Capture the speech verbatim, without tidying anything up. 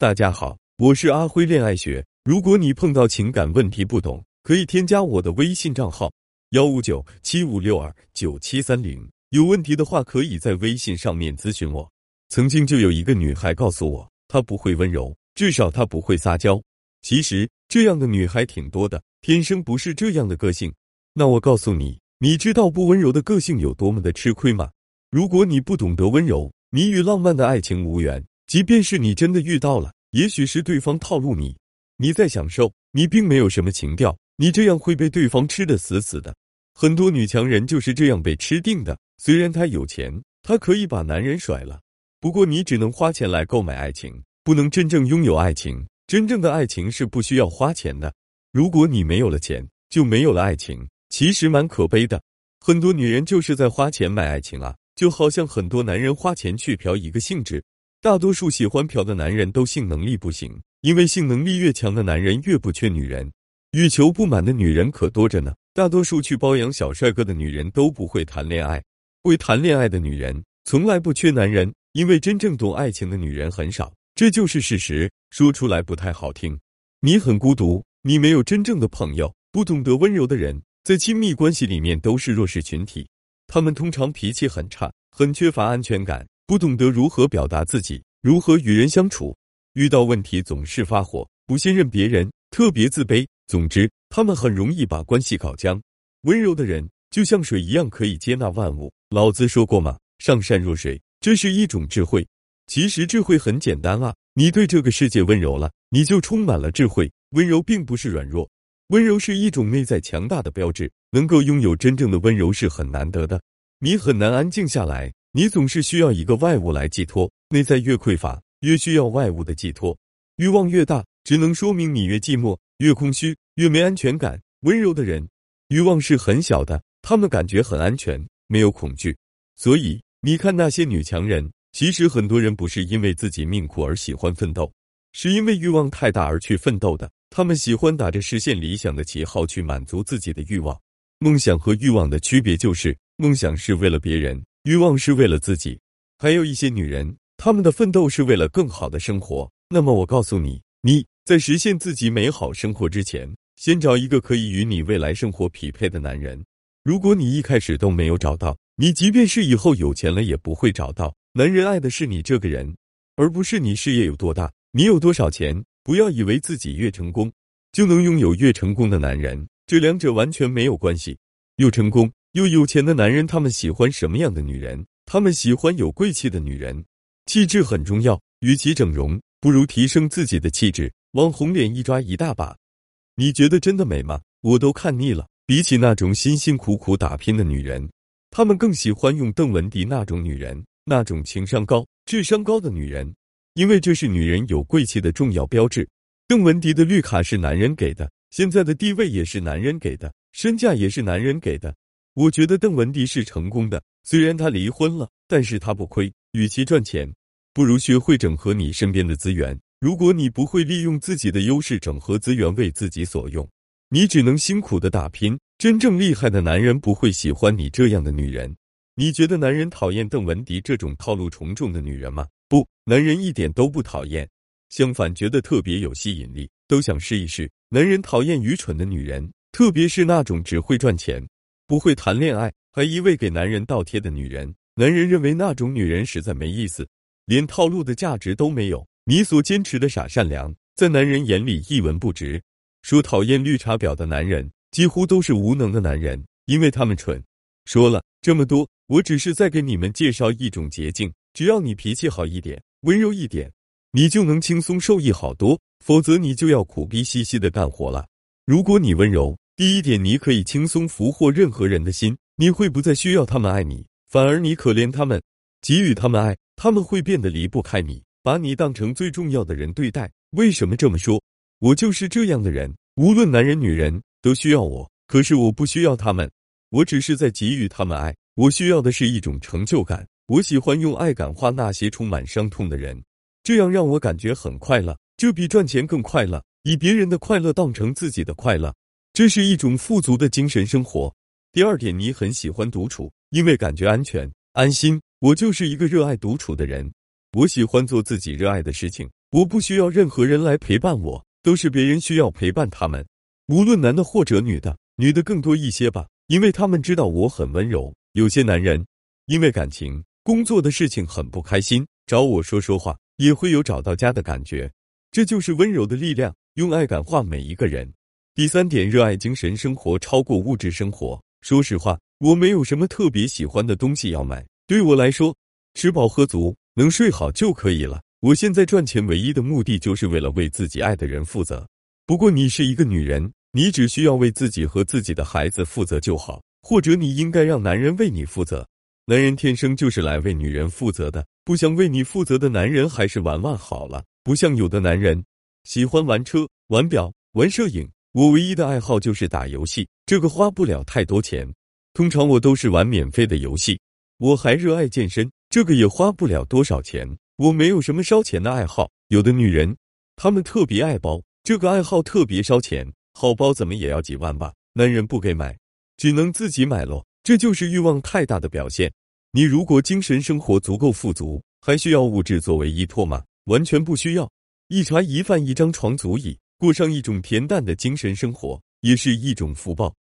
大家好，我是阿辉恋爱学。如果你碰到情感问题不懂，可以添加我的微信账号幺五九七五六二九七三零，有问题的话可以在微信上面咨询我。曾经就有一个女孩告诉我，她不会温柔，至少她不会撒娇。其实这样的女孩挺多的，天生不是这样的个性。那我告诉你，你知道不温柔的个性有多么的吃亏吗？如果你不懂得温柔，你与浪漫的爱情无缘。即便是你真的遇到了，也许是对方套路你，你在享受，你并没有什么情调，你这样会被对方吃得死死的。很多女强人就是这样被吃定的。虽然她有钱，她可以把男人甩了，不过你只能花钱来购买爱情，不能真正拥有爱情。真正的爱情是不需要花钱的。如果你没有了钱，就没有了爱情，其实蛮可悲的。很多女人就是在花钱买爱情啊，就好像很多男人花钱去嫖一个性质。大多数喜欢嫖的男人都性能力不行，因为性能力越强的男人越不缺女人，欲求不满的女人可多着呢。大多数去包养小帅哥的女人都不会谈恋爱，会谈恋爱的女人从来不缺男人，因为真正懂爱情的女人很少，这就是事实，说出来不太好听。你很孤独，你没有真正的朋友，不懂得温柔的人在亲密关系里面都是弱势群体，他们通常脾气很差，很缺乏安全感，不懂得如何表达自己，如何与人相处，遇到问题总是发火，不信任别人，特别自卑。总之，他们很容易把关系搞僵。温柔的人就像水一样，可以接纳万物。老子说过嘛，上善若水，这是一种智慧。其实智慧很简单啊，你对这个世界温柔了，你就充满了智慧。温柔并不是软弱，温柔是一种内在强大的标志，能够拥有真正的温柔是很难得的。你很难安静下来，你总是需要一个外物来寄托，内在越匮乏，越需要外物的寄托。欲望越大，只能说明你越寂寞，越空虚，越没安全感。温柔的人，欲望是很小的，他们感觉很安全，没有恐惧。所以，你看那些女强人，其实很多人不是因为自己命苦而喜欢奋斗，是因为欲望太大而去奋斗的。他们喜欢打着实现理想的旗号去满足自己的欲望。梦想和欲望的区别就是，梦想是为了别人，欲望是为了自己。还有一些女人，她们的奋斗是为了更好的生活。那么我告诉你，你在实现自己美好生活之前，先找一个可以与你未来生活匹配的男人。如果你一开始都没有找到，你即便是以后有钱了也不会找到。男人爱的是你这个人，而不是你事业有多大，你有多少钱。不要以为自己越成功，就能拥有越成功的男人，这两者完全没有关系。又成功又有钱的男人，他们喜欢什么样的女人？他们喜欢有贵气的女人。气质很重要，与其整容，不如提升自己的气质。网红脸一抓一大把，你觉得真的美吗？我都看腻了。比起那种辛辛苦苦打拼的女人，他们更喜欢用邓文迪那种女人，那种情商高、智商高的女人。因为这是女人有贵气的重要标志。邓文迪的绿卡是男人给的，现在的地位也是男人给的，身价也是男人给的。我觉得邓文迪是成功的，虽然她离婚了，但是她不亏。与其赚钱，不如学会整合你身边的资源。如果你不会利用自己的优势整合资源为自己所用，你只能辛苦的打拼。真正厉害的男人不会喜欢你这样的女人。你觉得男人讨厌邓文迪这种套路重重的女人吗？不，男人一点都不讨厌，相反觉得特别有吸引力，都想试一试。男人讨厌愚蠢的女人，特别是那种只会赚钱，不会谈恋爱，还一味给男人倒贴的女人。男人认为那种女人实在没意思，连套路的价值都没有。你所坚持的傻善良，在男人眼里一文不值。说讨厌绿茶婊的男人，几乎都是无能的男人，因为他们蠢。说了这么多，我只是在给你们介绍一种捷径。只要你脾气好一点，温柔一点，你就能轻松受益好多，否则你就要苦逼兮兮的干活了。如果你温柔，第一点，你可以轻松俘获任何人的心，你会不再需要他们爱你，反而你可怜他们，给予他们爱，他们会变得离不开你，把你当成最重要的人对待。为什么这么说？我就是这样的人，无论男人女人都需要我，可是我不需要他们，我只是在给予他们爱，我需要的是一种成就感。我喜欢用爱感化那些充满伤痛的人，这样让我感觉很快乐，这比赚钱更快乐。以别人的快乐当成自己的快乐，这是一种富足的精神生活。第二点，你很喜欢独处，因为感觉安全、安心。我就是一个热爱独处的人，我喜欢做自己热爱的事情， 我不需要任何人来陪伴我，都是别人需要陪伴他们。无论男的或者女的，女的更多一些吧，因为他们知道我很温柔。有些男人因为感情、工作的事情很不开心，找我说说话，也会有找到家的感觉。这就是温柔的力量，用爱感化每一个人。第三点，热爱精神生活超过物质生活。说实话，我没有什么特别喜欢的东西要买，对我来说，吃饱喝足，能睡好就可以了。我现在赚钱唯一的目的就是为了为自己爱的人负责。不过你是一个女人，你只需要为自己和自己的孩子负责就好，或者你应该让男人为你负责。男人天生就是来为女人负责的，不想为你负责的男人还是玩玩好了。不像有的男人喜欢玩车、玩表、玩摄影，我唯一的爱好就是打游戏，这个花不了太多钱，通常我都是玩免费的游戏。我还热爱健身，这个也花不了多少钱，我没有什么烧钱的爱好。有的女人她们特别爱包，这个爱好特别烧钱，好包怎么也要几万吧，男人不给买，只能自己买咯，这就是欲望太大的表现。你如果精神生活足够富足，还需要物质作为依托吗？完全不需要，一茶一饭一张床足矣，过上一种恬淡的精神生活，也是一种福报。